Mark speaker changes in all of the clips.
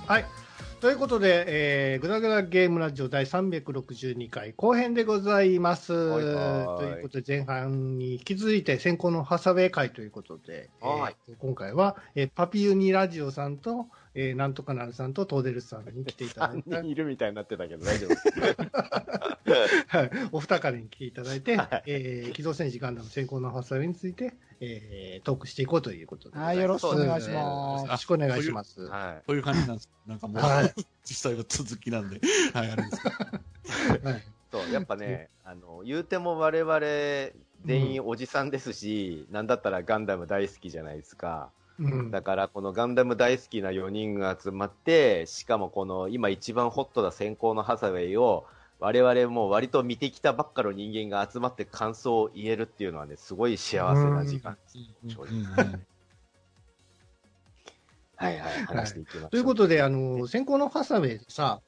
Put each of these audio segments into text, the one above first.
Speaker 1: はい。ということで、グダグダゲームラジオ第362回後編でございます。
Speaker 2: はいはい
Speaker 1: ということで、前半に引き続いて先行のハサウェイ会ということで、今回は、パピユニラジオさんと、なんとかなるさんとトーデルスさんに来ていただいて。
Speaker 2: 3人いるみたいになってたけど大丈夫です。
Speaker 1: はい。お二方に来ていただいて、
Speaker 2: はい、
Speaker 1: 機動戦士ガンダム先行のハサウェイについて、トークしていこうということで。
Speaker 3: はい、よろしくお願いします。
Speaker 1: よろしくお願いします。
Speaker 2: はい。
Speaker 4: こういう感じなんです。なんかもう、
Speaker 1: はい、
Speaker 4: 実際は続きなんで、はい、あれですか。
Speaker 1: はい。
Speaker 2: そう、やっぱね、言うても我々全員おじさんですし、なんだったらガンダム大好きじゃないですか。だからこのガンダム大好きな4人が集まって、しかもこの今一番ホットな先行のハサウェイを我々も割と見てきたばっかの人間が集まって感想を言えるっていうのはね、すごい幸せな時間です。はいはい、話していきましょう。
Speaker 1: ということで、先行のハサウェイでさ、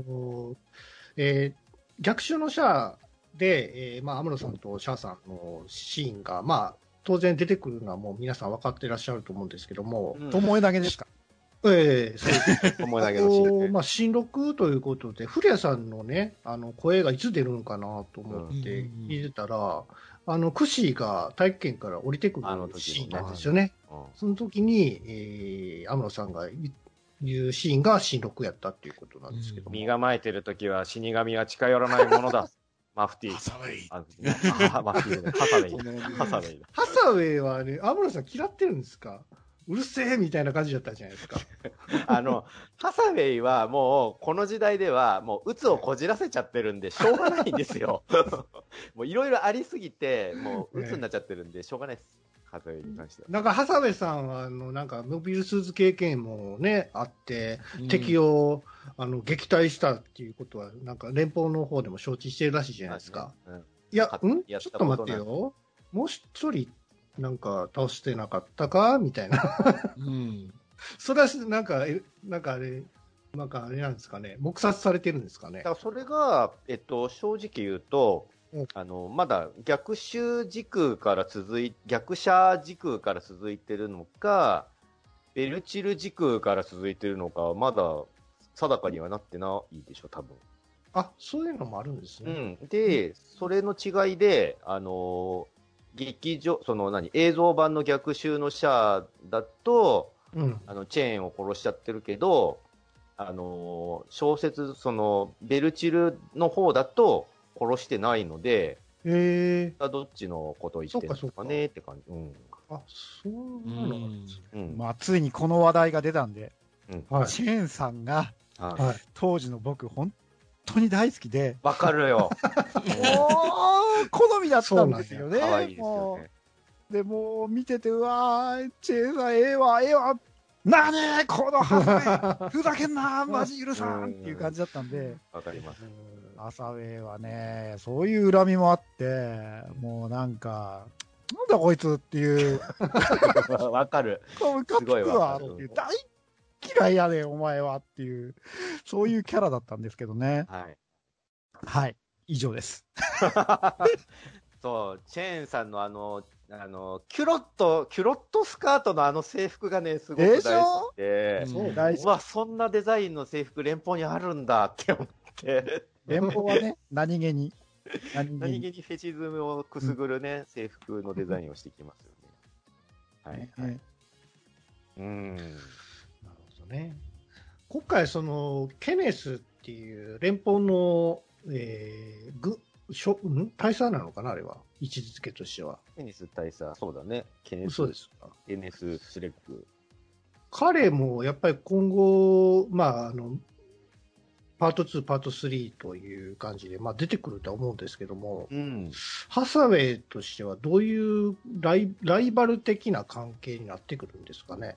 Speaker 1: 逆襲のシャアで、まあ、アムロさんとシャアさんのシーンが、まあ、当然出てくるのはもう皆さん分かっていらっしゃると思うんですけども。
Speaker 3: ともえだけですか？
Speaker 1: そうです。
Speaker 2: ともえだけのシーンね。
Speaker 1: まあ、新録ということで、古谷さんのね、声がいつ出るのかなと思って聞いてたら、クシーが大気圏から降りてくるシーンなんですよね。その時に、アムロさんが言うシーンが新録やったっていうことなんですけども。
Speaker 2: 身構えてる時は死神は近寄らないものだ。マフティー。
Speaker 4: ハサウェイ。
Speaker 2: マフティーね。ハサウェイ。ハサウェイ。
Speaker 1: ハサウェイはね、アムロさん嫌ってるんですか？うるせえみたいな感じだったじゃないですか。
Speaker 2: ハサウェイはもう、この時代では、もう、鬱をこじらせちゃってるんで、しょうがないんですよ。もう、いろいろありすぎて、もう、鬱になっちゃってるんで、しょうがないです。ハサウェイに関しては。
Speaker 1: なんか、ハサウェイさんは、なんか、モビルスーツ経験もね、あって、敵を、撃退したっていうことは、なんか、連邦の方でも承知してるらしいじゃないですか。いや、ちょっと待ってよ。もう一人、なんか倒してなかったかみたいな。それはなんかあれなんですかね。黙殺されてるんですかね。
Speaker 2: だからそれが、正直言うと、まだ逆襲時空から逆者時空から続いてるのか、ベルチル時空から続いてるのか、まだ定かにはなってないでしょ、多分。
Speaker 1: あ、そういうのもあるんですね。
Speaker 2: で、それの違いで、映像版の逆襲のシャアだと、チェーンを殺しちゃってるけど、小説、ベルチルの方だと殺してないので、どっちのことを言ってるんですかねって感じ。
Speaker 1: あ、そうなんですね。
Speaker 3: まあ、ついにこの話題が出たんで、チェーンさんが、当時の僕、本当に大好きで。
Speaker 2: わかるよ。
Speaker 3: 好みだったんですよね。
Speaker 2: 可愛いですよね。
Speaker 3: で、もう見てて、うわー、チェーンさん、ええわ。なにこのハサウェイふざけんなマジ許さんっていう感じだったんで。
Speaker 2: わかります。
Speaker 3: ハサウェイはね、そういう恨みもあって、もうなんか、なんだこいつっていう。
Speaker 2: わかる。
Speaker 3: すごいわかる。大嫌いやで、お前はっていう、そういうキャラだったんですけどね。はい。以上です。
Speaker 2: そう、チェーンさんのキュロットスカートの制服がね、すごく大好きで、うわ、そんなデザインの制服連邦にあるんだって思って。
Speaker 3: 連邦はね、何気に
Speaker 2: フェチズムをくすぐるね、制服のデザインをしてきますよね。はい。
Speaker 1: なるほどね。今回、ケネスっていう連邦の、大佐なのかなあれは。位置づけとしては。
Speaker 2: ケネス大佐、そうだね。
Speaker 1: そうですか。
Speaker 2: ケネス・スレッグ。
Speaker 1: 彼もやっぱり今後、まあ、パート2、パート3という感じで、まあ、出てくるとは思うんですけども、ハサウェイとしてはどういうライバル的な関係になってくるんですかね。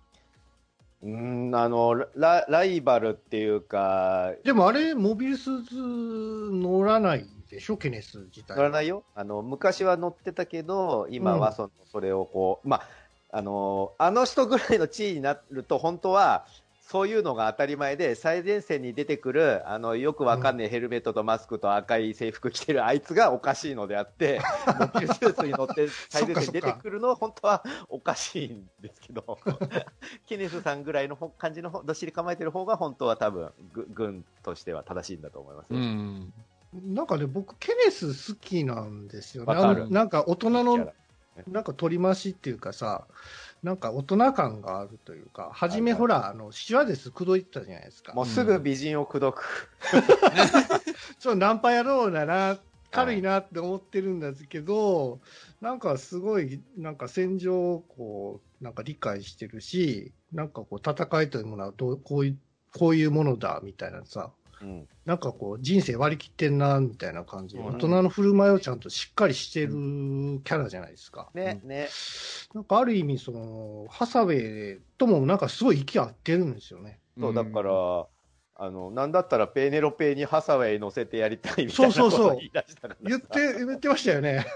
Speaker 2: ライバルっていうか。
Speaker 1: でもあれ、モビルスーツ乗らないでしょ、ケネス自体。
Speaker 2: 乗らないよ。昔は乗ってたけど、今はそれをこう、まあ、あの人ぐらいの地位になると、本当は、 そういうのが当たり前で、最前線に出てくる、よくわかんないヘルメットとマスクと赤い制服着てるあいつがおかしいのであって、モビルスーツに乗って最前線に出てくるのは本当はおかしいんですけど、ケネスさんぐらいの感じのどっしり構えてる方が本当は多分、軍としては正しいんだと思いますよ。
Speaker 1: なんかね、僕、ケネス好きなんですよね。なんか大人の、なんか取り回しっていうかさ、なんか大人感があるというか、初めほら、シワです口説いてたじゃないですか。
Speaker 2: もうすぐ美人を口説く。
Speaker 1: そう、ナンパ野郎だな、軽いなって思ってるんですけど、なんかすごい、なんか戦場をこう、なんか理解してるし、なんかこう、戦いというものはこういうものだ、みたいなさ、なんかこう、人生割り切ってんな、みたいな感じで、大人の振る舞いをちゃんとしっかりしてるキャラじゃないですか。
Speaker 2: ね。
Speaker 1: なんかある意味、ハサウェイともなんかすごい息合ってるんですよね。
Speaker 2: そう、だから、なんだったらペーネロペーにハサウェイ乗せてやりたいみたいなことを言い出したから
Speaker 1: 言ってましたよね。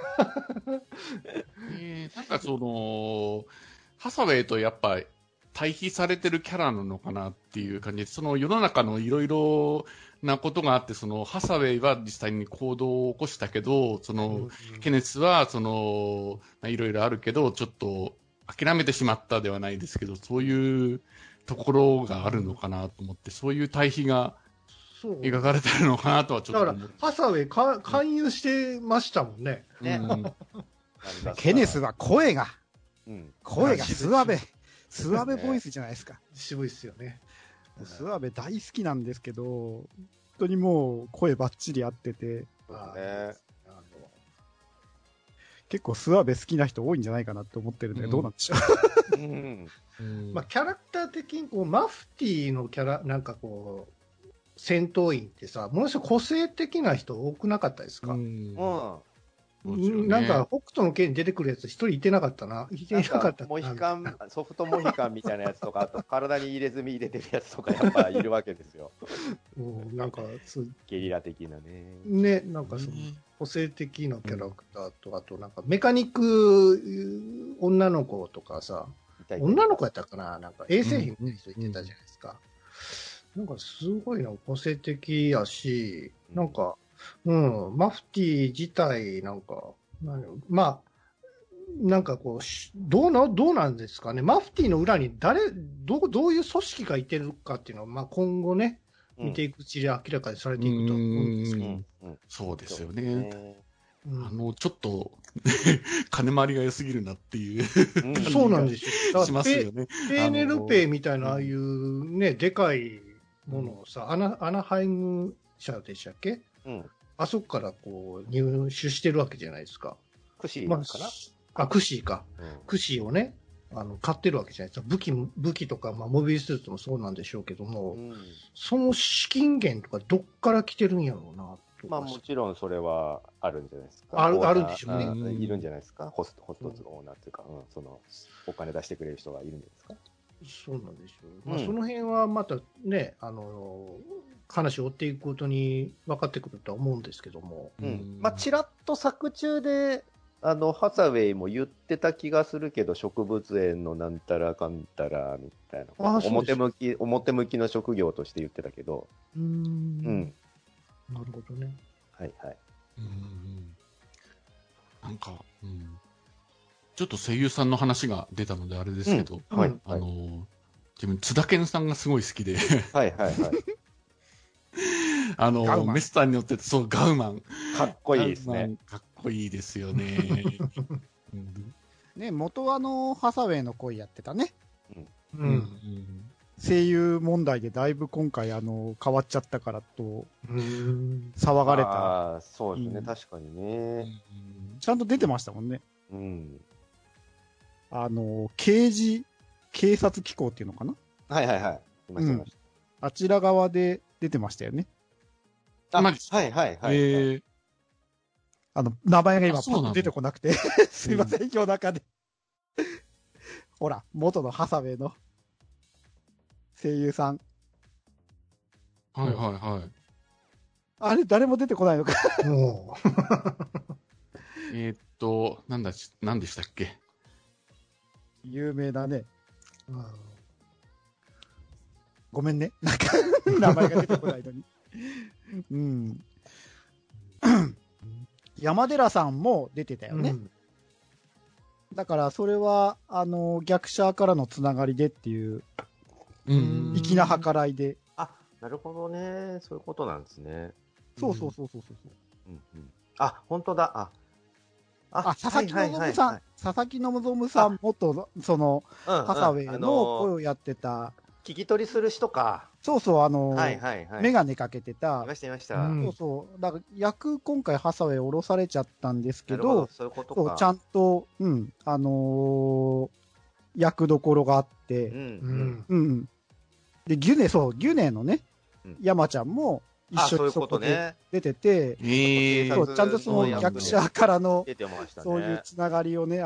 Speaker 4: なんかハサウェイとやっぱ対比されてるキャラなのかなっていう感じで、その世の中のいろいろなことがあって、ハサウェイは実際に行動を起こしたけど、ケネスは、いろいろあるけど、ちょっと諦めてしまったではないですけど、そういうところがあるのかなと思って、そういう対比が描かれてるのかなとはちょっと思って。
Speaker 1: だから、ハサウェイ勧誘してましたもんね。
Speaker 3: ケネスは声がスワベボイスじゃないですか。
Speaker 1: 渋いっすよね。
Speaker 3: スワベ大好きなんですけど、本当にもう声バッチリ合ってて、結構スワベ好きな人多いんじゃないかなって思ってるんで、どうなんでしょう。
Speaker 1: まあ、キャラクター的にこう、マフティーのなんかこう、戦闘員ってさ、ものすごい個性的な人多くなかったですか？なんか、北斗の拳に出てくるやつ一人いてなかったな。いてなかった
Speaker 2: モヒカン、ソフトモヒカンみたいなやつとか、あと体に入れ墨入れてるやつとかやっぱいるわけですよ。
Speaker 1: なんか、
Speaker 2: ゲリラ的なね。
Speaker 1: ね、なんか個性的なキャラクターと、あとなんかメカニック女の子とかさ、女の子やったかな、なんか衛生品みたいな人いてたじゃないですか。なんかすごいな、個性的やし、なんか、マフティー自体、なんか、まあ、なんかこう、どうなんですかね。マフティーの裏にどういう組織がいてるかっていうのは、まあ今後ね、見ていくうちで明らかにされていくと思うんですけど。
Speaker 4: そうですよね。ちょっと、金回りが良すぎるなっていう
Speaker 1: そうなんですよ。
Speaker 4: しますよね。
Speaker 1: ペーネルペイみたいな、ああいうね、でかいものをさ、アナハイム社でしたっけ？あそこからこう入手してるわけじゃないですか。
Speaker 2: クシーかな？
Speaker 1: クシーか。クシーをね、買ってるわけじゃないですか。武器とか、まあ、モビルスーツもそうなんでしょうけども、その資金源とかどっから来てるんやろうなと。
Speaker 2: まあもちろんそれはあるんじゃないですか。
Speaker 1: あるんでしょうね。
Speaker 2: いるんじゃないですか。ホストズオーナーっていうか、そのお金出してくれる人がいるんですか。
Speaker 1: そうなんでしょう。まあその辺はまたね、話を追っていくことに分かってくるとは思うんですけども。
Speaker 2: まあちらっと作中で、ハサウェイも言ってた気がするけど、植物園のなんたらかんたらみたいな。表向きの職業として言ってたけど。
Speaker 1: なるほどね。
Speaker 2: はいはい。
Speaker 4: なんか、ちょっと声優さんの話が出たのであれですけど、自分、津田健さんがすごい好きで。
Speaker 2: はいはいはい。
Speaker 4: メスターによって、そう、ガウマン。
Speaker 2: かっこいいですね。
Speaker 4: かっこいいですよね。
Speaker 3: ね、元はハサウェイの声やってたね。声優問題でだいぶ今回変わっちゃったからと騒がれた。
Speaker 2: そうですね、確かにね。
Speaker 3: ちゃんと出てましたもんね。警察機構っていうのかな？
Speaker 2: はいはいはい。
Speaker 3: あちら側で出てましたよね。
Speaker 2: はいはいはい。
Speaker 3: 名前が今パッと出てこなくてすいません、今日中でほら、元のハサウェイの声優さん。
Speaker 4: はいはいはい。
Speaker 3: あれ、誰も出てこないのか
Speaker 1: も
Speaker 4: う。何でしたっけ？
Speaker 3: 有名だね。 ごめんね。なんか、名前が出てこないのに。うん。山寺さんも出てたよね。だから、それは、逆者からのつながりでっていう、粋な計らいで。
Speaker 2: あ、なるほどね。そういうことなんですね。
Speaker 3: そう。
Speaker 2: あ、本当だ。
Speaker 3: 佐々木希さん。佐々木希さん、元、ハサウェイの声をやってた。
Speaker 2: 聞き取りする人か。
Speaker 3: そうそう、メガネかけてた。
Speaker 2: いました。
Speaker 3: そうそう。だから、今回ハサウェイ降ろされちゃったんですけど、
Speaker 2: そういうことか。
Speaker 3: ちゃんと、役どころがあって、で、ギュネのね、山ちゃんも一緒にそこで出てて、ちゃんとその役者からの、そういうつながりをね、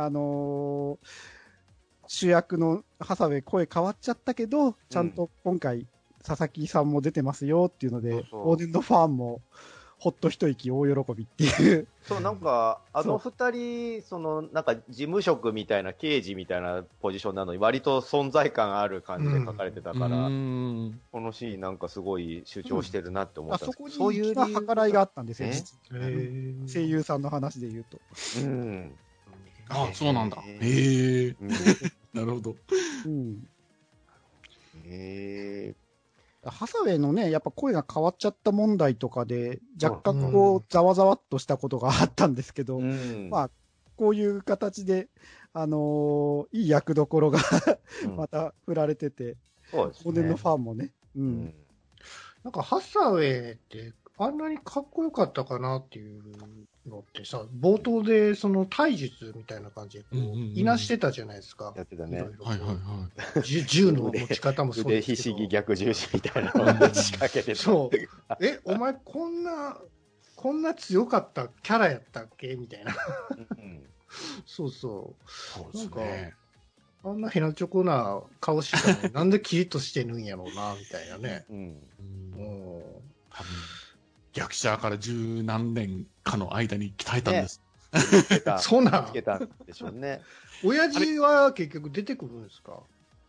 Speaker 3: 主役のハサウェイ声変わっちゃったけど、ちゃんと今回、佐々木さんも出てますよっていうので、往年のファンも、ほっと一息大喜びっていう。
Speaker 2: そう、なんか、二人、なんか、事務職みたいな、刑事みたいなポジションなのに、割と存在感ある感じで書かれてたから、このシーンなんかすごい主張してるなって思ったんですけど、
Speaker 3: そういう計らいがあったんですよ、声優さんの話で言うと。
Speaker 4: あ、そうなんだ。なるほど。
Speaker 3: ハサウェイのね、やっぱ声が変わっちゃった問題とかで、若干こう、ざわざわっとしたことがあったんですけど、まあ、こういう形で、いい役どころがまた振られてて、往年のファンもね。
Speaker 1: なんかハサウェイってあんなにかっこよかったかなっていうのってさ、冒頭でその体術みたいな感じでいなしてたじゃないですか。
Speaker 2: やってたね。
Speaker 1: 銃の持ち方もそう
Speaker 2: ですけど。腕ひしぎ逆十字みたいなのを仕掛けてた。
Speaker 1: そう。お前こんな強かったキャラやったっけみたいな。そうそう。なんか、あんなヘナチョコな顔してたのになんでキリッとしてるんやろうな、みたいなね。
Speaker 4: 役者から十何年かの間に鍛えたんです。
Speaker 1: そうなん。
Speaker 2: つけたんでしょうね。
Speaker 1: 親父は結局出てくるんですか？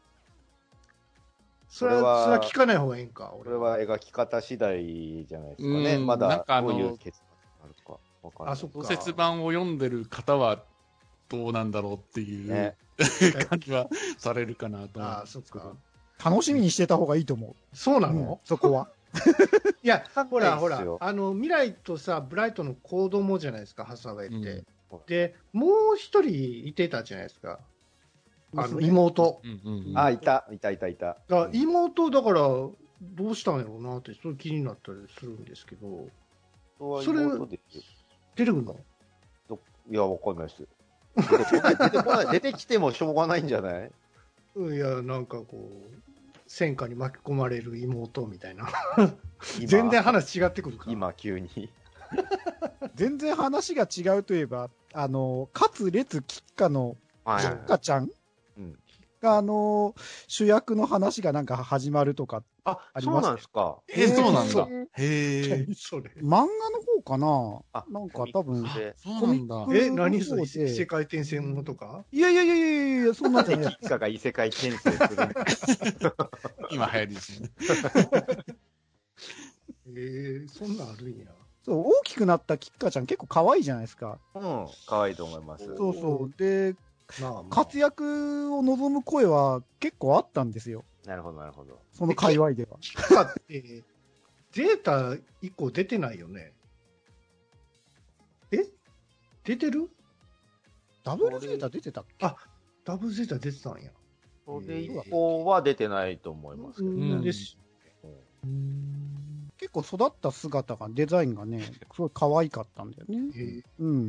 Speaker 1: それは聞かない方がいいんか。
Speaker 2: これは描き方次第じゃないですかね。まだどういう結末になるかわからない。
Speaker 4: 小説版を読んでる方はどうなんだろうっていう感じはされるかなと思うんですけど。
Speaker 3: 楽しみにしてた方がいいと思う。
Speaker 1: そうなの？
Speaker 3: そこは。
Speaker 1: いや、ほら、未来とさ、ブライトの子供じゃないですか、ハサウェイって。で、もう一人いてたじゃないですか。妹。
Speaker 2: いた。
Speaker 1: 妹、だから、どうしたんやろうなって、それ気になったりするんですけど。それ、出てくるの？
Speaker 2: いや、わかんないです。出てきてもしょうがないんじゃない？
Speaker 1: いや、なんかこう、戦火に巻き込まれる妹みたいな。全然話違ってくるから。
Speaker 2: 今、急に。
Speaker 3: 全然話が違うといえば、勝烈吉花の吉花ちゃんが、主役の話がなんか始まるとかあります。
Speaker 2: そうなんですか。
Speaker 4: そうなんだ。
Speaker 1: 漫
Speaker 3: 画の方かな？なんか多分、
Speaker 4: そうなんだ。
Speaker 1: 何それ？異世界転生ものとか？
Speaker 3: いや、そんなんじゃない。
Speaker 2: 吉花が異世界転生する。
Speaker 4: 今流行りですね。
Speaker 1: そんなんあるんや。
Speaker 3: そう、大きくなった吉花ちゃん結構可愛いじゃないですか。
Speaker 2: 可愛いと思います。
Speaker 3: そう。で、活躍を望む声は結構あったんですよ。
Speaker 2: なるほど。
Speaker 3: その界隈では。
Speaker 1: 吉花って、ゼータ以降出てないよね。出てる？
Speaker 3: ダブルゼータ出てたっけ？
Speaker 1: ダブルゼータ出てたんや。
Speaker 2: それ以降は出てないと思いますけどね。
Speaker 3: 結構育った姿が、デザインがね、すごい可愛かったんだよね。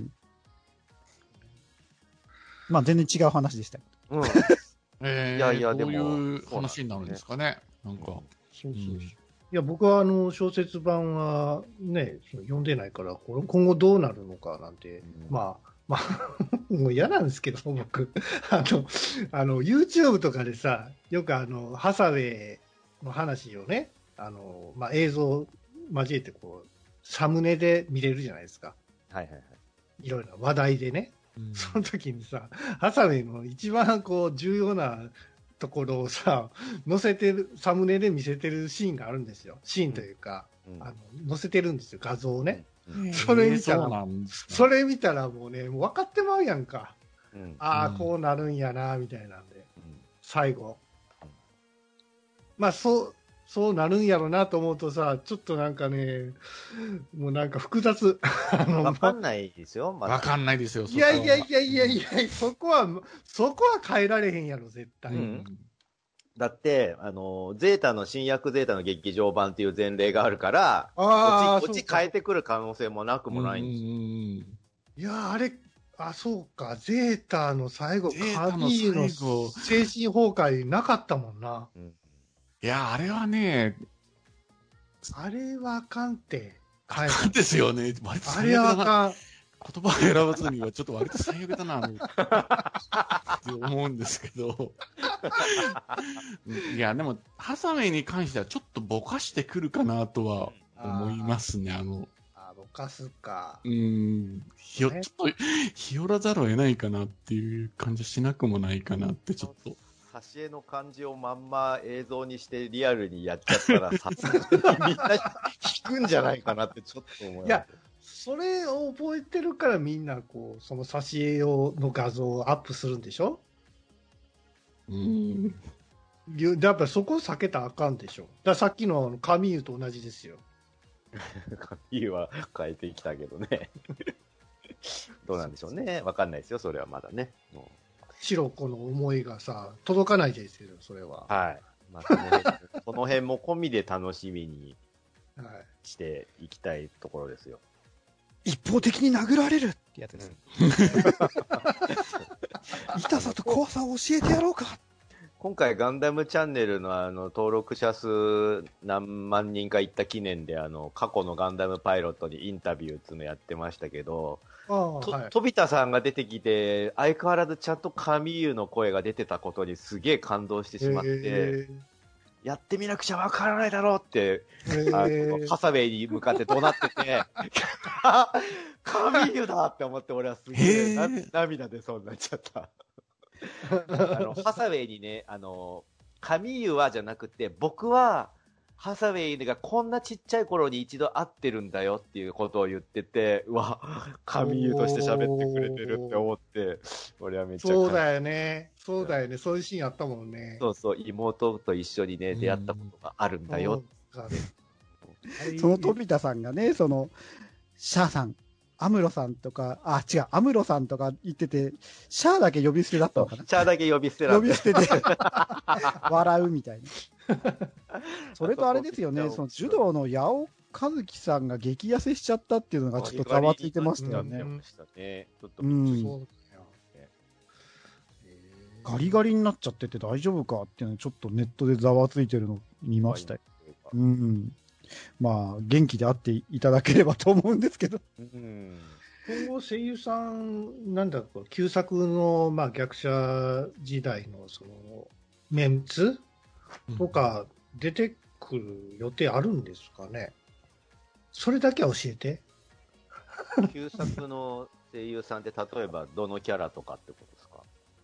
Speaker 3: まあ全然違う話でしたけど。
Speaker 2: いや、
Speaker 4: どういう話になるんですかね。なんか。
Speaker 1: そう。いや、僕は小説版はね、読んでないから、今後どうなるのかなんて、まあ、もう嫌なんですけど、僕。YouTube とかでさ、よくハサウェイの話をね、映像交えてサムネで見れるじゃないですか。いろいろな話題でね。その時にさ、ハサウェイの一番重要なところをさ、載せてる、サムネで見せてるシーンがあるんですよ。シーンというか、載せてるんですよ、画像をね。それ見たら、それ見たらもうね、もう分かってまうやんか。ああ、こうなるんやな、みたいなんで、最後。まあ、そうなるんやろなと思うとさ、ちょっとなんかね、もうなんか複雑。
Speaker 2: わかんないですよ、
Speaker 4: わかんないですよ、
Speaker 1: いや、そこは変えられへんやろ、絶対。
Speaker 2: だって、ゼータの、新薬ゼータの劇場版っていう前例があるから、こっち変えてくる可能性もなくもないんです
Speaker 1: よ。いや、あれ、そうか、ゼータの最後、カミーの精神崩壊なかったもんな。
Speaker 4: いや、あれはね、
Speaker 1: あれはあかんって。
Speaker 4: あかんですよね。
Speaker 1: あれはあかん。
Speaker 4: 言葉を選ばずにはちょっと割と最悪だな、って思うんですけど。いや、でも、ハサウェイに関してはちょっとぼかしてくるかなとは思いますね、
Speaker 1: ぼかすか。
Speaker 4: ちょっと、日和らざるを得ないかなっていう感じしなくもないかなって、ちょっと。
Speaker 2: 挿絵の感じをまんま映像にしてリアルにやっちゃったら、さすがにみんな引くんじゃないかなってちょっと思います。
Speaker 1: いや、それを覚えてるからみんなこう、その挿絵用の画像をアップするんでしょ？やっぱりそこを避けたらあかんでしょ。だからさっきのカミーユと同じですよ。
Speaker 2: カミーユは変えてきたけどね。どうなんでしょうね。わかんないですよ、それはまだね。
Speaker 1: 白子の思いがさ、届かないですよ、それは。
Speaker 2: はい。まあ、その辺も込みで楽しみにしていきたいところですよ。
Speaker 3: 一方的に殴られるってやつです。痛さと怖さを教えてやろうか。
Speaker 2: 今回ガンダムチャンネルの登録者数何万人かいった記念で過去のガンダムパイロットにインタビューっていうのやってましたけど、飛田さんが出てきて相変わらずちゃんとカミーユの声が出てたことにすげえ感動してしまって、やってみなくちゃわからないだろうって、ハサウェイに向かって怒鳴ってて、カミーユだって思って俺はすげえ涙出そうになっちゃった。ハサウェイにね、カミーユはじゃなくて、僕は、ハサウェイがこんなちっちゃい頃に一度会ってるんだよっていうことを言ってて、うわ、カミーユとして喋ってくれてるって思って、俺はめっちゃ
Speaker 1: そうだよね。そうだよね。そういうシーンあったもんね。
Speaker 2: そうそう、妹と一緒にね、出会ったことがあるんだよって。
Speaker 3: その飛田さんがね、シャアさん、アムロさんとか、違う、アムロさんとか言ってて、シャアだけ呼び捨てだったのかな？
Speaker 2: シャアだけ呼び捨て
Speaker 3: 呼び捨てで、笑うみたいな。それとあれですよね、その柔道の八尾和樹さんが激痩せしちゃったっていうのがちょっとざわついてましたよね。ガリガリになっちゃってて大丈夫かっていうのちょっとネットでざわついてるの見ましたよ。まあ、元気であっていただければと思うんですけど。
Speaker 1: 今後、声優さん、なんだろう、旧作の、まあ、逆者時代の、メンツとか、出てくる予定あるんですかね？それだけは教えて。
Speaker 2: 旧作の声優さんって、例えば、どのキャラとかってことですか？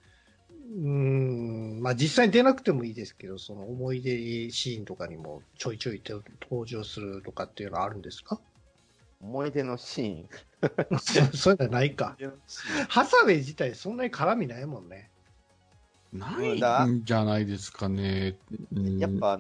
Speaker 1: まあ実際に出なくてもいいですけど、その思い出シーンとかにもちょいちょい登場するとかっていうのはあるんですか？
Speaker 2: 思い出のシー
Speaker 1: ンそういうのはないか。ハサウェイ自体そんなに絡みないもんね。
Speaker 4: ないんじゃないですかね。
Speaker 2: やっぱ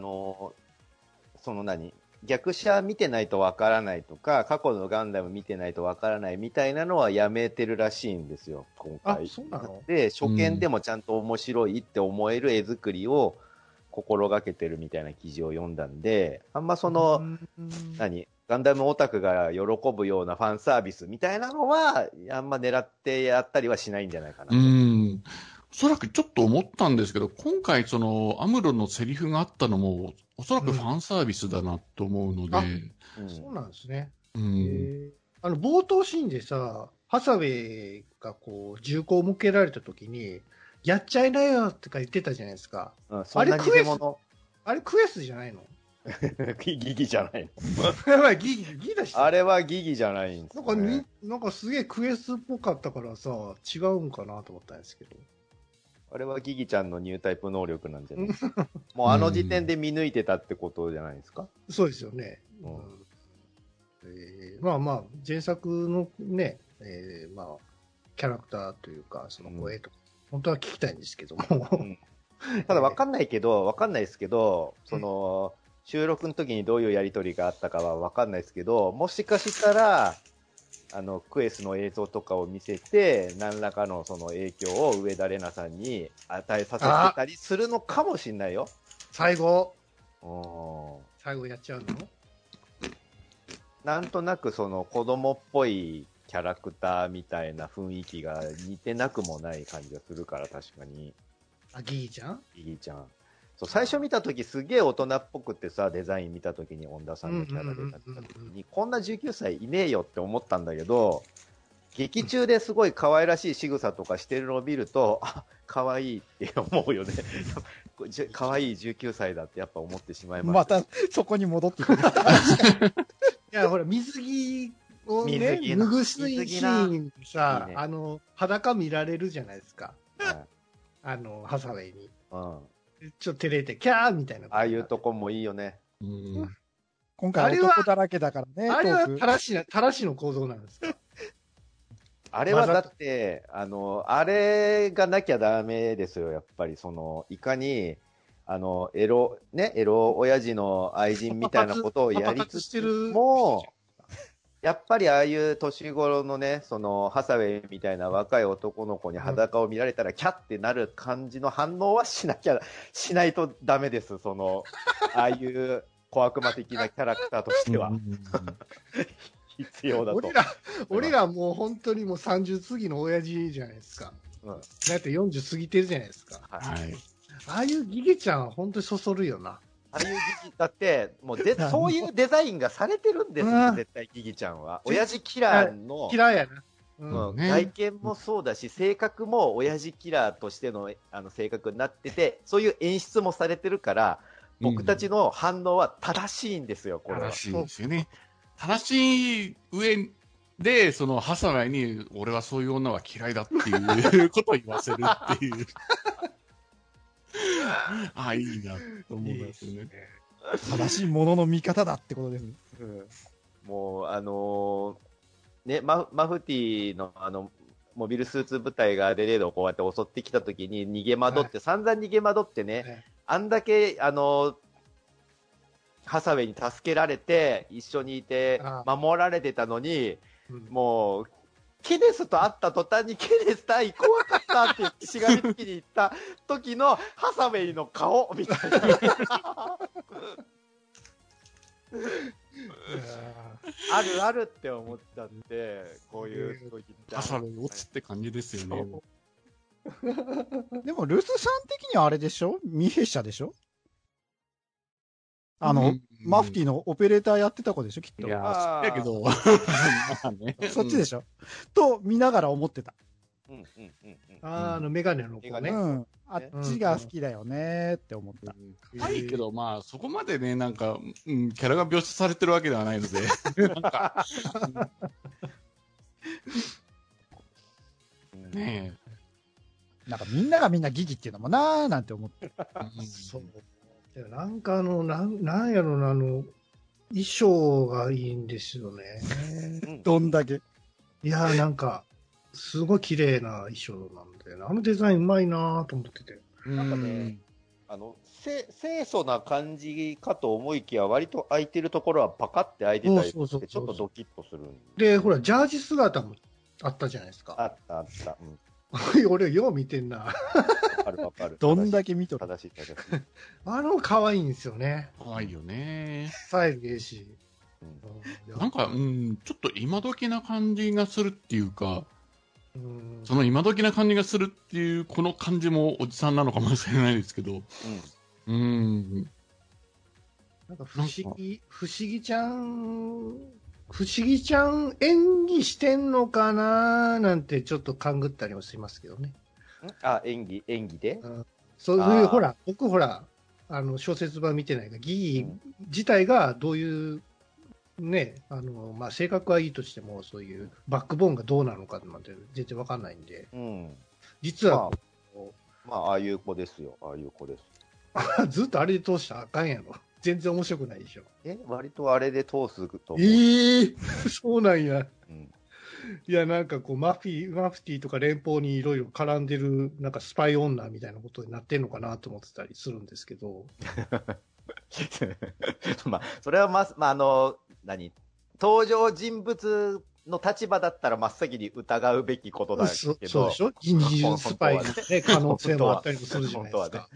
Speaker 2: 逆者見てないとわからないとか、過去のガンダム見てないとわからないみたいなのはやめてるらしいんですよ、今回。
Speaker 1: そうなの？
Speaker 2: で、初見でもちゃんと面白いって思える絵作りを心がけてるみたいな記事を読んだんで、あんまガンダムオタクが喜ぶようなファンサービスみたいなのは、あんま狙ってやったりはしないんじゃないかなと。
Speaker 4: おそらくちょっと思ったんですけど、今回アムロのセリフがあったのも、おそらくファンサービスだなと思うので。
Speaker 1: そうなんですね。冒頭シーンでさ、ハサウェイがこう、銃口を向けられた時に、やっちゃいなよとか言ってたじゃないですか。あれクエスじゃないの？
Speaker 2: ギギじゃない
Speaker 1: の？やばい、ギだし。
Speaker 2: あれはギギじゃないんですよね。
Speaker 1: なんかすげえクエスっぽかったからさ、違うんかなと思ったんですけど。
Speaker 2: あれはギギちゃんのニュータイプ能力なんじゃないですか。もうあの時点で見抜いてたってことじゃないですか。
Speaker 1: そうですよね。まあまあ、前作のね、まあ、キャラクターというか、その声とか、本当は聞きたいんですけども。
Speaker 2: ただわかんないですけど、その、収録の時にどういうやりとりがあったかはわかんないですけど、もしかしたら、クエスの映像とかを見せて、何らかのその影響を上田玲奈さんに与えさせてたりするのかもしれないよ。
Speaker 1: 最後やっちゃうの？
Speaker 2: なんとなくその子供っぽいキャラクターみたいな雰囲気が似てなくもない感じがするから、確かに。
Speaker 1: ギギちゃん。
Speaker 2: そう、最初見たときすげえ大人っぽくてさ、デザイン見たときに、恩田さんのキャラで見たときに、こんな19歳いねえよって思ったんだけど、劇中ですごい可愛らしい仕草とかしてるのを見ると、あ、可愛いって思うよね。可愛い19歳だってやっぱ思ってしまいます。
Speaker 3: またそこに戻ってくる。
Speaker 1: いや、ほら、水着をね、脱ぐシーンさ、裸見られるじゃないですか。ハサウェイに。ちょっと照れて、キャーみたいな。
Speaker 2: ああいうとこもいいよね。
Speaker 3: 今回男だらけだからね。
Speaker 1: あれはたらしの構造なんですか？
Speaker 2: あれはだって、あれがなきゃダメですよ、やっぱり。いかに、エロ親父の愛人みたいなことをやりつつも、やっぱりああいう年頃のね、ハサウェイみたいな若い男の子に裸を見られたらキャッてなる感じの反応はしないとダメです。ああいう小悪魔的なキャラクターとしては。必要だと。
Speaker 1: 俺らもう本当にもう30過ぎの親父じゃないですか。だって40過ぎてるじゃないですか。
Speaker 4: はい。
Speaker 1: ああいうギゲちゃんは本当にそそるよな。
Speaker 2: ああいうギギだって、もうそういうデザインがされてるんですよ、絶対ギギちゃんは。親父キラーの。
Speaker 1: キラーやな。
Speaker 2: 外見もそうだし、性格も親父キラーとしての性格になってて、そういう演出もされてるから、僕たちの反応は正しいんですよ、これは。
Speaker 4: 正しいんですよね。正しい上で、ハサウェイに、俺はそういう女は嫌いだっていうことを言わせるっていう。あ、いいなと思いますね。
Speaker 3: 正しいものの見方だってことです。
Speaker 2: もう、ね、マフティのモビルスーツ部隊がアデレードをこうやって襲ってきたときに逃げ惑って、散々逃げ惑ってね、あんだけ、ハサウェイに助けられて、一緒にいて、守られてたのに、もう、ケネスと会った途端にケネス対怖かったって言ってしがみつきに行った時のハサウェイの顔みたいな。あるあるって思ったんで、こういう時
Speaker 4: ハサウェイ落ちって感じですよね。
Speaker 3: でも、ルスさん的にはあれでしょ？ミヘシャでしょ？マフティのオペレーターやってた子でしょ、きっと。
Speaker 4: いやだけど、
Speaker 3: そっちでしょと見ながら思ってた。
Speaker 1: メガネの子ね。
Speaker 3: あっちが好きだよねって思った。
Speaker 4: はいいけど、まあ、そこまでね、なんか、キャラが描写されてるわけではないので、なんか、ね
Speaker 3: え。なんかみんながみんなギギっていうのもなーなんて思って。
Speaker 1: そう。なんかなんやろな、衣装がいいんですよね。
Speaker 3: どんだけ。
Speaker 1: いやーなんか、すごい綺麗な衣装なんだよね。デザインうまいなーと思ってて。
Speaker 2: なんかね、清楚な感じかと思いきや、割と空いてるところはパカって開いてたりして、ちょっとドキッとする。
Speaker 1: で、ほら、ジャージ姿もあったじゃないですか。
Speaker 2: あった。
Speaker 1: 俺、よう見てんな。
Speaker 2: わかる。
Speaker 3: どんだけ見とる。
Speaker 2: 正しい。
Speaker 1: 可愛いんですよね。
Speaker 4: 可愛いよね。
Speaker 1: スタイルいいし。
Speaker 4: なんか、ちょっと今時な感じがするっていうか、その今時な感じがするっていう、この感じもおじさんなのかもしれないですけど、
Speaker 1: なんか不思議ちゃん演技してんのかなーなんてちょっと勘ぐったりもしますけどね。
Speaker 2: 演技で、
Speaker 1: そういう、僕小説版見てないから、ギー自体がどういう、ね、性格はいいとしても、そういうバックボーンがどうなのかなんて全然わかんないんで、実は、
Speaker 2: まあ、ああいう子ですよ。ああいう子です。
Speaker 1: ずっとあれで通したらあかんやろ。全然面白くないでしょ。
Speaker 2: 割とあれで通すと思う。
Speaker 1: そうなんや。
Speaker 2: うん、
Speaker 1: いや、なんかこう、マフティーとか連邦にいろいろ絡んでる、なんかスパイ女みたいなことになってんのかなと思ってたりするんですけど。
Speaker 2: まあ、それは登場人物の立場だったら真っ先に疑うべきことだけど。
Speaker 1: そうでしょ、二重スパイの、ね、可能性もあったりもするじゃないですか。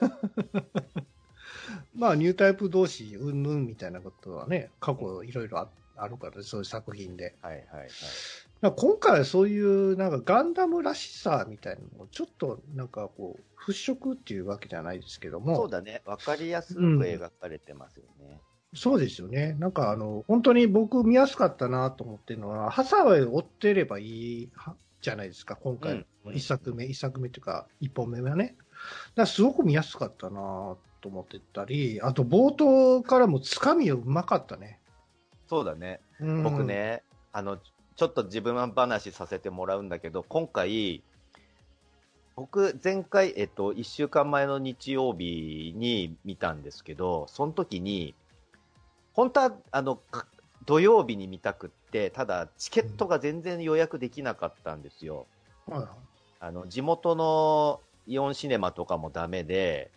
Speaker 1: まあ、ニュータイプ同士、うんぬんみたいなことはね、過去いろいろあるから、そういう作品で。
Speaker 2: はいはいはい。
Speaker 1: 今回はそういうなんかガンダムらしさみたいなのをちょっとなんかこう払拭っていうわけじゃないですけども。
Speaker 2: そうだね。わかりやすく描かれてますよね。
Speaker 1: そうですよね。なんか本当に僕見やすかったなと思ってるのは、ハサウェイを追ってればいいじゃないですか、今回の一作目というか、一本目はね。だからすごく見やすかったなと思ってたり、あと冒頭からもつかみがうまかったね。
Speaker 2: そうだね。僕ね、ちょっと自分話させてもらうんだけど、今回、僕、前回、1週間前の日曜日に見たんですけど、その時に、本当は、土曜日に見たくって、ただ、チケットが全然予約できなかったんですよ。地元のイオンシネマとかもダメで、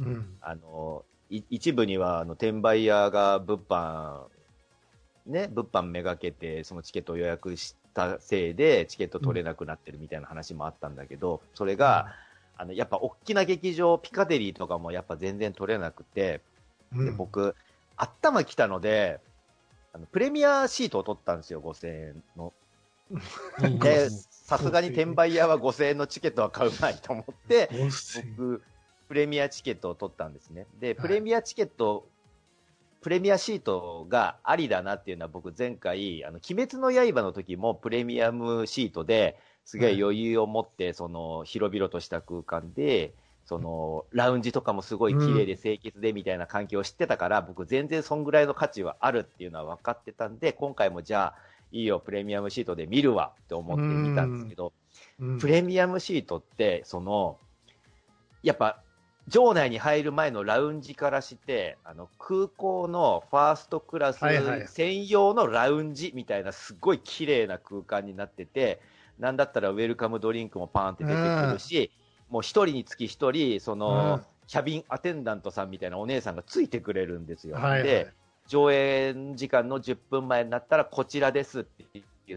Speaker 2: 一部には、転売屋が物販めがけて、そのチケットを予約したせいで、チケット取れなくなってるみたいな話もあったんだけど、それが、やっぱ大きな劇場、ピカデリーとかもやっぱ全然取れなくて、で僕、頭来たので、プレミアシートを取ったんですよ、5000円の。で、さすがに転売屋は5000円のチケットは買うまいと思って、僕、プレミアチケットを取ったんですね。で、プレミアシートがありだなっていうのは僕前回、鬼滅の刃の時もプレミアムシートですげえ余裕を持って、その広々とした空間で、そのラウンジとかもすごい綺麗で清潔でみたいな環境を知ってたから、僕全然そんぐらいの価値はあるっていうのは分かってたんで、今回もじゃあいいよ、プレミアムシートで見るわって思って見たんですけど、プレミアムシートって、やっぱ、場内に入る前のラウンジからして、空港のファーストクラス専用のラウンジみたいなすごい綺麗な空間になってて、なんだったらウェルカムドリンクもパーンって出てくるし、もう一人につき一人、キャビンアテンダントさんみたいなお姉さんがついてくれるんですよ。で、上演時間の10分前になったらこちらですって言って、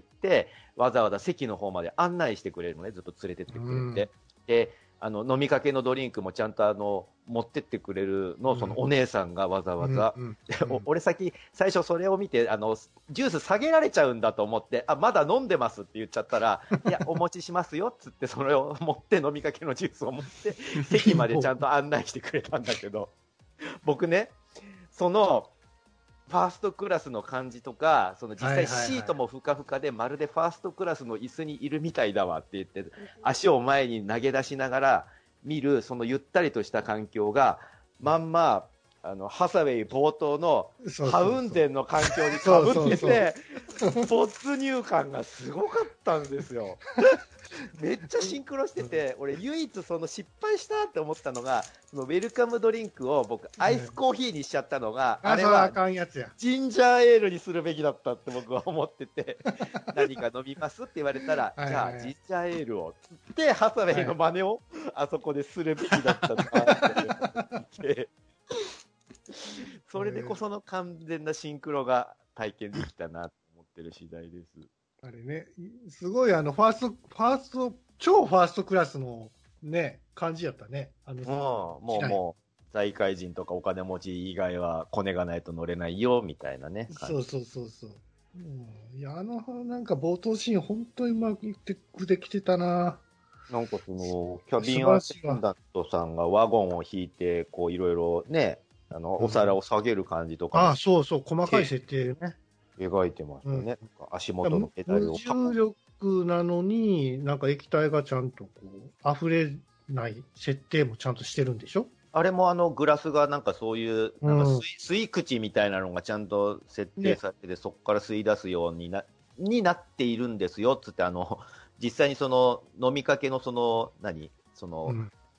Speaker 2: わざわざ席の方まで案内してくれるのね、ずっと連れてってくれて。で、飲みかけのドリンクもちゃんと持ってってくれるの、そのお姉さんがわざわざ。俺最初それを見て、ジュース下げられちゃうんだと思って、まだ飲んでますって言っちゃったら、いや、お持ちしますよっつって、それを持って飲みかけのジュースを持って、席までちゃんと案内してくれたんだけど、僕ね、ファーストクラスの感じとか、実際シートもふかふかで、まるでファーストクラスの椅子にいるみたいだわって言って、足を前に投げ出しながら見る、そのゆったりとした環境が、まんま、ハサウェイ冒頭のハウンゼンの環境にかぶってて、没入感がすごかったんですよ。めっちゃシンクロしてて、俺唯一失敗したって思ったのが、ウェルカムドリンクを僕アイスコーヒーにしちゃったのが、あれはジンジャーエールにするべきだったって僕は思ってて、何か飲みますって言われたら、じゃあジンジャーエールをつってハサウェイの真似をあそこでするべきだったなってそれでこその完全なシンクロが体験できたなと思ってる次第です。
Speaker 1: あれね、すごい超ファーストクラスのね、感じやったね。
Speaker 2: もう、財界人とかお金持ち以外はコネがないと乗れないよ、みたいなね。
Speaker 1: そう。いや、なんか冒頭シーン、本当にうまくできてたな。
Speaker 2: なんかキャビンアテンダントさんがワゴンを引いて、こう、いろいろね、お皿を下げる感じとか。
Speaker 1: そう、細かい設定ね。
Speaker 2: 描いてますよね。足元のペダルを。
Speaker 1: 無重力なのに、なんか液体がちゃんとこう、溢れない設定もちゃんとしてるんでしょ？
Speaker 2: あれもグラスがなんかそういう、なんか吸い口みたいなのがちゃんと設定されてて、そこから吸い出すようになっているんですよ、つって実際に飲みかけのグ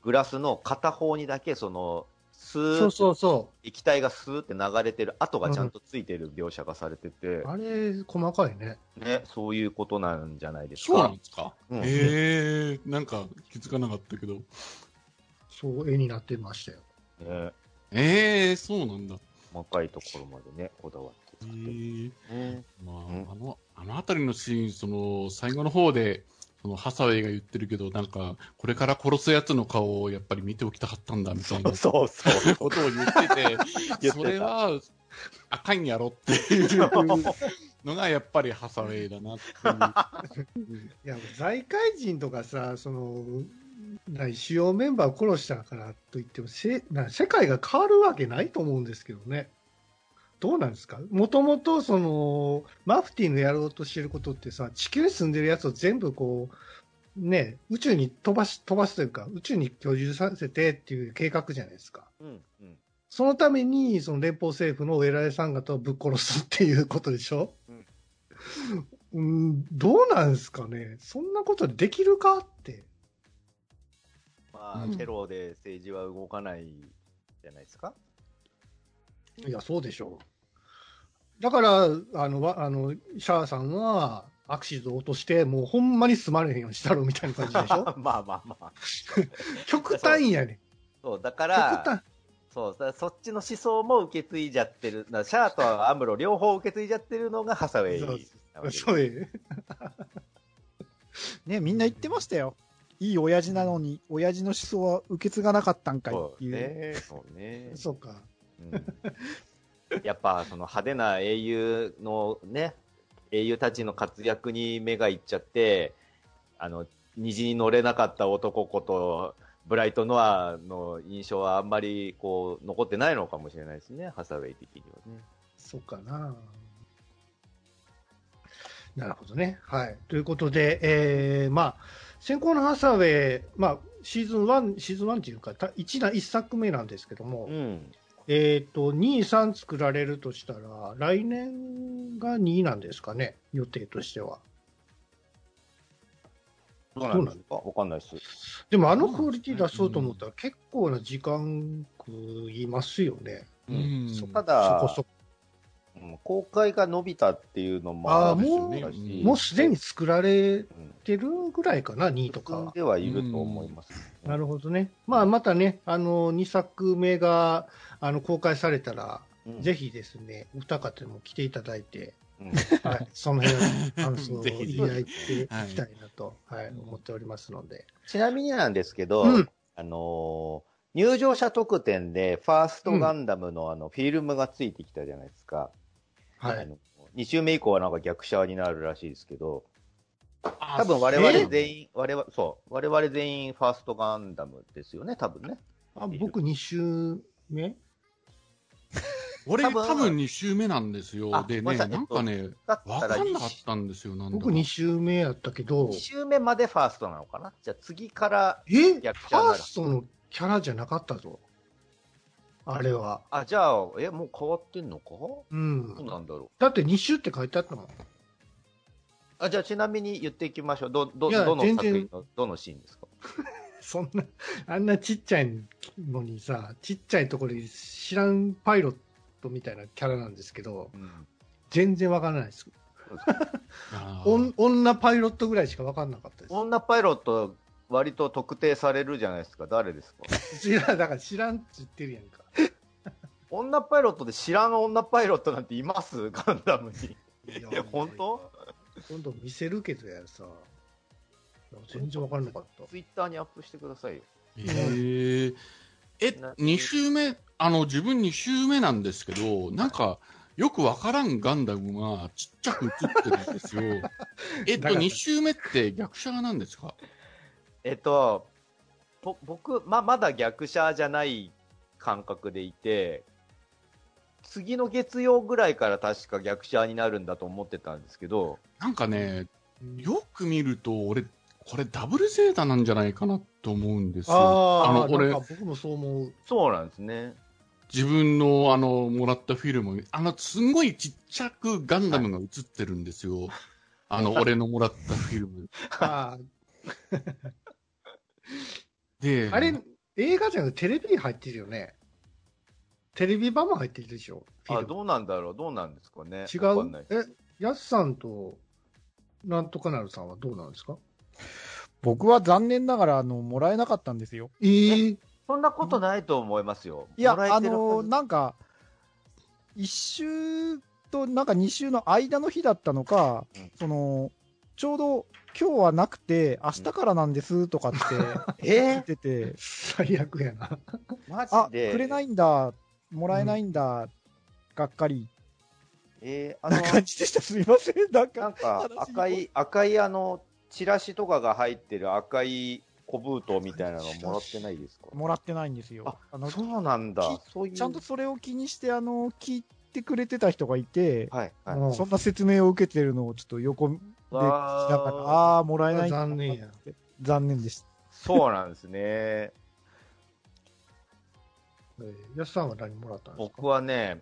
Speaker 2: グラスの片方にだけスーッ液体がスーって流れてる跡がちゃんとついてる描写がされてて、
Speaker 1: あれ細かいね。
Speaker 2: ね、そういうことなんじゃないですか。
Speaker 4: そうなんですか。なんか気づかなかったけど。
Speaker 1: そう絵になってましたよ。
Speaker 4: そうなんだ。
Speaker 2: 細かいところまでね、こだわって作ってる。
Speaker 4: あのあたりのシーン、その最後の方で。ハサウェイが言ってるけど、なんか、これから殺すやつの顔をやっぱり見ておきたかったんだ、みたいな。
Speaker 2: そう
Speaker 4: ことを言ってて、それは、赤いんやろっていうのが、やっぱりハサウェイだなっていう。
Speaker 1: いや、財界人とかさ、主要メンバーを殺したからといっても、世界が変わるわけないと思うんですけどね。どうなんですか？もともとマフティーのやろうとしてることってさ、地球に住んでるやつを全部ね、宇宙に飛ばすというか、宇宙に居住させてっていう計画じゃないですか。そのために、連邦政府のお偉いさん方をぶっ殺すっていうことでしょ？どうなんですかね？そんなことできるかって。
Speaker 2: まあ、テロで政治は動かないじゃないですか。
Speaker 1: いや、そうでしょう。だから、シャアさんは、アクシズを落として、もうほんまに住まれへんようにしたろみたいな感じでしょ
Speaker 2: まあ。
Speaker 1: 極端やねん。
Speaker 2: そう、だから、そっちの思想も受け継いじゃってる。シャアとアムロ両方受け継いじゃってるのがハサウェイ。
Speaker 1: そう
Speaker 3: ね、みんな言ってましたよ。いい親父なのに、親父の思想は受け継がなかったんかいっていう。
Speaker 2: そうね。
Speaker 1: そうか。
Speaker 2: やっぱ派手な英雄たちの活躍に目がいっちゃって、虹に乗れなかった男ことブライト・ノアの印象はあんまり残ってないのかもしれないですね、ハサウェイ的にはね。
Speaker 1: そうかな。なるほどね。はい。ということで、先行のハサウェイ、シーズン1っていうか、1作目なんですけども、2、3作られるとしたら、来年が2なんですかね、予定としては。
Speaker 2: どうなんですか？わかんないです。
Speaker 1: でも、クオリティ出そうと思ったら、結構な時間食いますよね。
Speaker 2: ただ、公開が伸びたっていうのもあるし、
Speaker 1: もうすでに作られてるぐらいかな、2とか。
Speaker 2: 進んではいると思います。
Speaker 1: なるほどね。またね、2作目が公開されたら、ぜひですね、お二方も来ていただいて、その辺の感想を言い合っていきたいなと、思っておりますので。
Speaker 2: ちなみになんですけど、入場者特典で、ファーストガンダムのフィルムがついてきたじゃないですか。2週目以降はなんか逆シャアになるらしいですけど、多分我々全員ファーストガンダムですよね、多分ね。
Speaker 1: 僕2週目
Speaker 4: 俺多分2週目なんですよ。でね、なんかね、わかんなかったんですよ、
Speaker 1: 僕2週目やったけど。
Speaker 2: 2週目までファーストなのかな？じゃあ次から
Speaker 1: 逆シャアファーストのキャラじゃなかったぞ。あれは。
Speaker 2: じゃあ、もう変わってんのか？
Speaker 1: うん。
Speaker 2: そうなんだろう。
Speaker 1: だって2週って書いてあったもん。
Speaker 2: じゃあちなみに言っていきましょう。どの作品の、どのシーンですか？
Speaker 1: そんな、あんなちっちゃいのにさ、ちっちゃいところに知らんパイロットみたいなキャラなんですけど、全然わからないです。女パイロットぐらいしかわかんなかったです。
Speaker 2: 女パイロット、割と特定されるじゃないですか。誰ですか？
Speaker 1: だから知らんって言ってるやんか。
Speaker 2: 女パイロットで知らん女パイロットなんています？ガンダムに。本当？
Speaker 1: 今度見せるけどやさ。全然わかんなかった。
Speaker 2: ツイッターにアップしてくださいよ。
Speaker 4: 2週目、自分2週目なんですけど、なんか、よくわからんガンダムがちっちゃく映ってるんですよ。2週目って逆シャアなんですか？
Speaker 2: 僕、まだ逆シャアじゃない感覚でいて、次の月曜ぐらいから確か逆シャアになるんだと思ってたんですけど。
Speaker 4: なんかね、よく見ると、俺、これダブルゼータなんじゃないかなと思うんですよ。
Speaker 1: 俺、僕もそう思う。
Speaker 2: そうなんですね。
Speaker 4: 自分のもらったフィルム、すんごいちっちゃくガンダムが映ってるんですよ。俺のもらったフィルム。
Speaker 1: で、あれ、 映画じゃなくてテレビ入ってるよね。テレビ版も入ってるでしょ。
Speaker 2: どうなんだろう、どうなんですかね。
Speaker 1: 違う？やすさんと、なんとかなるさんはどうなんですか？
Speaker 3: 僕は残念ながら、もらえなかったんですよ。
Speaker 2: そんなことないと思いますよ。
Speaker 3: いや、なんか、1週と、なんか2週の間の日だったのか、ちょうど、今日はなくて、明日からなんですとかって聞いてて、
Speaker 1: 最悪やな。
Speaker 2: マジで。
Speaker 3: くれないんだ、もらえないんだ、がっかり。な感じでした。すみません。なんか
Speaker 2: 赤いチラシとかが入ってる赤い小封筒みたいなのもらってないですか？
Speaker 3: もらってないんですよ。
Speaker 2: そうなんだ。
Speaker 3: ちゃんとそれを気にして、聞いてくれてた人がいて、
Speaker 2: はい
Speaker 3: そんな説明を受けてるのをちょっと横でしながら、もらえないんだ
Speaker 1: 残念や。
Speaker 3: 残念でした。
Speaker 2: そうなんですね。
Speaker 1: やすさんは何もらったんですか？
Speaker 2: 僕はね、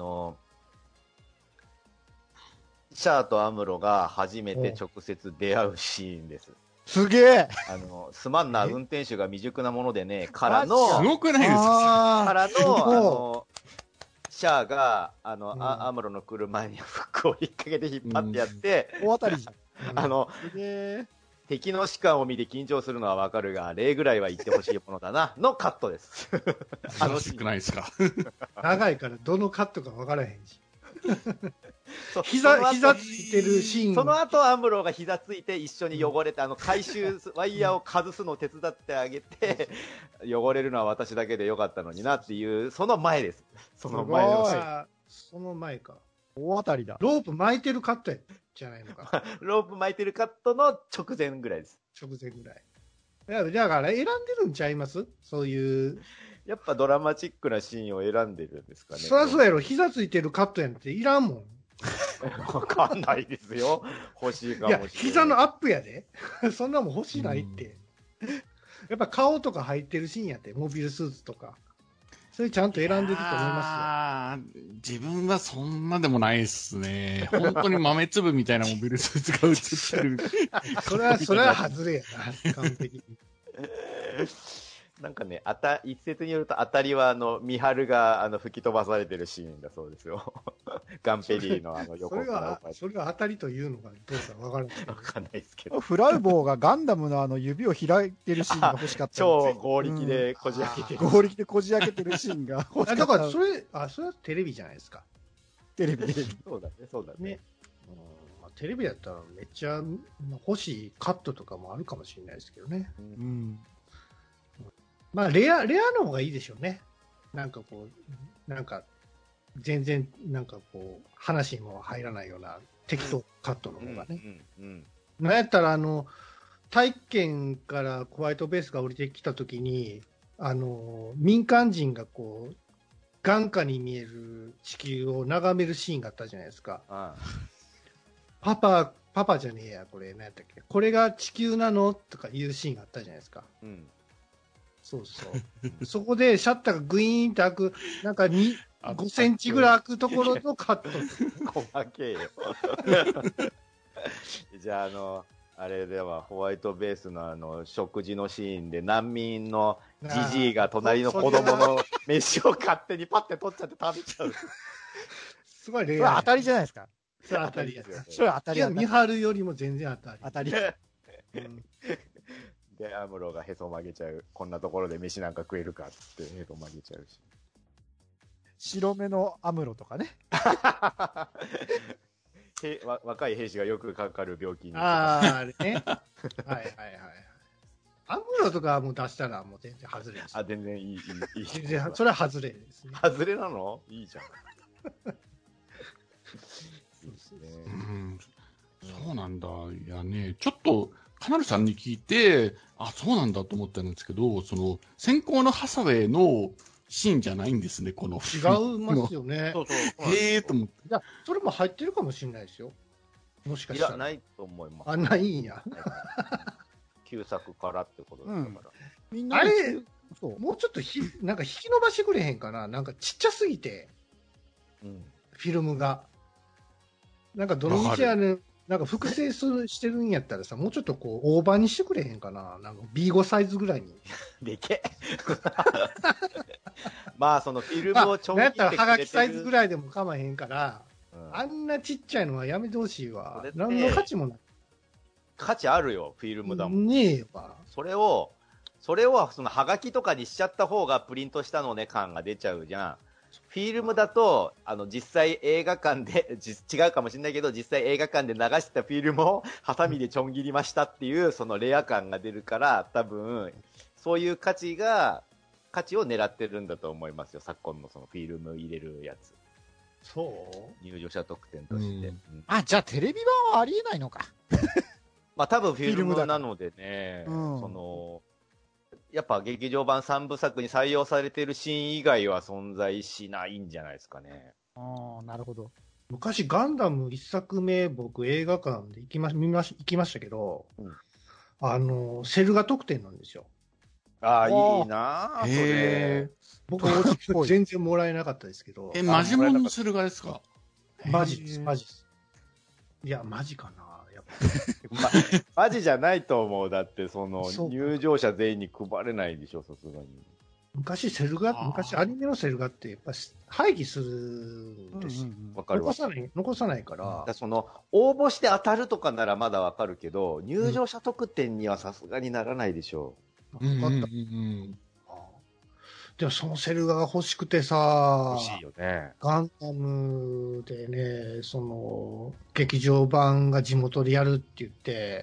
Speaker 2: シャアとアムロが初めて直接出会うシーンです。
Speaker 3: すげえ。
Speaker 2: すまんな、運転手が未熟なものでね、からの、
Speaker 4: すごくないですか？
Speaker 2: からの、シャアが、アムロの車にフックを引っ掛けて引っ張ってやって、
Speaker 3: 大当たりじゃん。
Speaker 2: 敵の士官を見て緊張するのはわかるが、例ぐらいは言ってほしいものだな、のカットです。
Speaker 4: 楽しくないですか？
Speaker 1: 長いからどのカットか分からへんし。膝ついてるシーン。
Speaker 2: その後アムロが膝ついて一緒に汚れて、回収ワイヤーを外すのを手伝ってあげて、汚れるのは私だけでよかったのになっていう、その前です。その前のシーン。
Speaker 1: その前か。
Speaker 3: 大当たりだ。
Speaker 1: ロープ巻いてるカットじゃないのか。
Speaker 2: ロープ巻いてるカットの直前ぐらいです。
Speaker 1: 直前ぐらい。だから選んでるんちゃいます？そういう。
Speaker 2: やっぱドラマチックなシーンを選んでるんですかね。
Speaker 1: そりゃそうやろ。膝ついてるカットやんっていらんもん。
Speaker 2: わかんないですよ。欲しいかもしれない。いや、
Speaker 1: 膝のアップやで。そんなもん欲しないって。やっぱ顔とか入ってるシーンやって、モビルスーツとか。それちゃんと選んでると思います
Speaker 4: よ。自分はそんなでもないですね。本当に豆粒みたいなモビルスーツが映ってる。
Speaker 1: それは外れやな、完璧に。
Speaker 2: なんかね、一説によると当たりはミハルが吹き飛ばされてるシーンだそうですよ。ガンペリーの横から。
Speaker 1: それが当たりというのがどうかわからない。
Speaker 2: わかんないですけど。
Speaker 3: フラウボーがガンダムの指を開いてるシーンが欲しかった。
Speaker 2: 超合力でこじ開けてる。
Speaker 3: 合力でこじ開けてるシーンが欲しかった。
Speaker 1: だからそれはテレビじゃないですか。
Speaker 3: テレビ。
Speaker 2: そうだね。
Speaker 1: テレビやったらめっちゃ欲しいカットとかもあるかもしれないですけどね。まあ、レアの方がいいでしょうね。全然、話にも入らないような適当カットの方がね。なんやったら、大気圏からホワイトベースが降りてきたときに、民間人が眼下に見える地球を眺めるシーンがあったじゃないですか。パパじゃねえや、これ、何やったっけ。これが地球なのとかいうシーンがあったじゃないですか。そうそう。そこでシャッターがグイーンって開く、5センチぐらい開くところのカット。
Speaker 2: 細けえよ。じゃあ、あれではホワイトベースの食事のシーンで難民のジジイが隣の子供の飯を勝手にパッて取っちゃって食べちゃう。
Speaker 1: すごいレア。
Speaker 3: それは当たりじゃないですか。
Speaker 1: それは当たりですよ。
Speaker 3: それは当たりや。
Speaker 1: 見張るよりも全然当たり。
Speaker 2: で、アムロがへそ曲げちゃう。こんなところで飯なんか食えるかってへそ曲げちゃうし。
Speaker 3: 白目のアムロとかね。
Speaker 2: 若い兵士がよくかかる病気に。
Speaker 1: あれね。はい。アムロとかもう出したらもう全然外れです。
Speaker 2: 全然いい。
Speaker 1: 全然、それは外れですね。
Speaker 2: 外れなの？いいじゃん。
Speaker 4: そうなんだ。いやね、ちょっと、カナルさんに聞いて、そうなんだと思ったんですけど、先行のハサウェイのシーンじゃないんですね、この。
Speaker 1: 違いますよね。
Speaker 2: そう。
Speaker 4: へーと思って。
Speaker 1: いや、それも入ってるかもしれないですよ。もしかしたら。
Speaker 2: いや、ないと思います。
Speaker 1: ないんや。
Speaker 2: 旧作からってことだから。
Speaker 1: みんな、あれ、もうちょっと引き伸ばしてくれへんかな。ちっちゃすぎて、フィルムが。どの道なんか複製してるんやったらさ、もうちょっとこう、大判にしてくれへんかな。なんか B5 サイズぐらいに。
Speaker 2: でけまあ、そのフィルムをちょん切ってくれてる。
Speaker 1: やったらハガキサイズぐらいでも構わへんから、あんなちっちゃいのはやめてほしいわ。何の価値もない。
Speaker 2: 価値あるよ、フィルムだもん。
Speaker 1: ねえわ。
Speaker 2: それを、そのハガキとかにしちゃった方がプリントしたのね感が出ちゃうじゃん。フィルムだと、実際映画館で、違うかもしれないけど、実際映画館で流したフィルムをハサミでちょん切りましたっていう、そのレア感が出るから、多分、そういう価値を狙ってるんだと思いますよ、昨今のそのフィルム入れるやつ。
Speaker 1: そう
Speaker 2: 入場者特典として。
Speaker 3: じゃあテレビ版はありえないのか。
Speaker 2: まあ多分フィルムなのでね、やっぱ劇場版3部作に採用されているシーン以外は存在しないんじゃないですかね。
Speaker 3: なるほど。
Speaker 1: 昔ガンダム1作目僕映画館で行きましたけど、セルガ特典なんですよ。
Speaker 2: ああ、いいなぁ、それ。
Speaker 1: 僕全然もらえなかったですけど。
Speaker 4: マジモンのセルガですか？
Speaker 1: マジです、マジです。いや、マジかな。
Speaker 2: マジじゃないと思う。だって、入場者全員に配れないでしょ、さすがに。
Speaker 1: 昔アニメのセル画ってやっぱ廃棄するんですよ。
Speaker 2: わかるわ。
Speaker 1: 残さないから。
Speaker 2: 応募して当たるとかならまだわかるけど、入場者特典にはさすがにならないでしょう。
Speaker 1: でもそのセル画が欲しくてさ、
Speaker 2: 欲しいよね。
Speaker 1: ガンダムでね、劇場版が地元でやるって言って、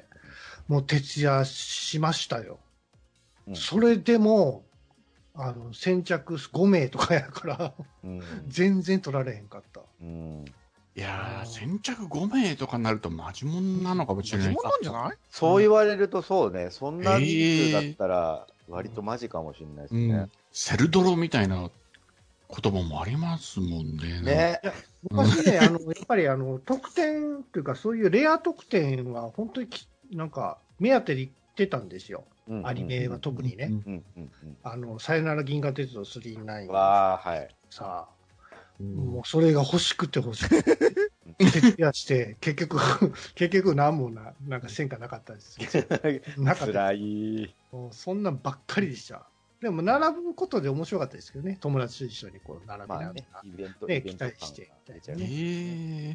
Speaker 1: もう徹夜しましたよ。それでも、先着5名とかやから、全然取られへんかった。
Speaker 4: いやー、先着5名とかになるとマジモンなのかもしれない。
Speaker 3: マジモンなんじゃない？
Speaker 2: そう言われるとそうね。そんな人数だったら、割とマジかもしれないですね。
Speaker 4: セルドロみたいな言葉もありますもんね。
Speaker 1: 昔ね、やっぱり特典っていうか、そういうレア特典は本当になんか目当てで行ってたんですよ。アニメは特にね。さよなら銀河鉄道999。
Speaker 2: はい。
Speaker 1: さあ、もうそれが欲しくて徹夜して、結局何もなんか戦果なかったですけど。
Speaker 2: 辛い。
Speaker 1: そんなんばっかりでした。でも並ぶことで面白かったですけどね。友達と一緒にこう並びながら、
Speaker 2: イベント
Speaker 1: 期待してね。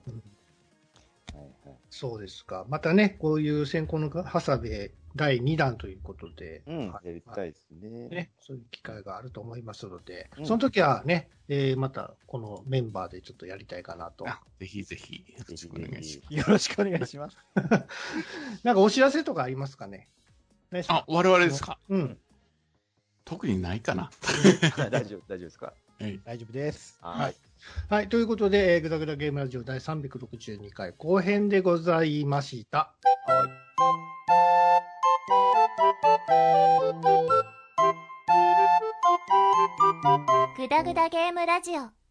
Speaker 1: そうですか。またね、こういう先行のハサウェイ第2弾ということで、
Speaker 2: やりたいですね。
Speaker 1: そういう機会があると思いますので、その時はね、またこのメンバーでちょっとやりたいかなと。
Speaker 4: ぜひぜひ、よろしくお願いします。
Speaker 3: よろしくお願いします。
Speaker 1: なんかお知らせとかありますかね？
Speaker 4: 我々ですか？特にないかな。
Speaker 2: 大丈夫ですか？
Speaker 3: 大丈夫です。
Speaker 1: はい。ということで、グダグダゲームラジオ第362回後編でございました。
Speaker 5: グダグダゲームラジオ。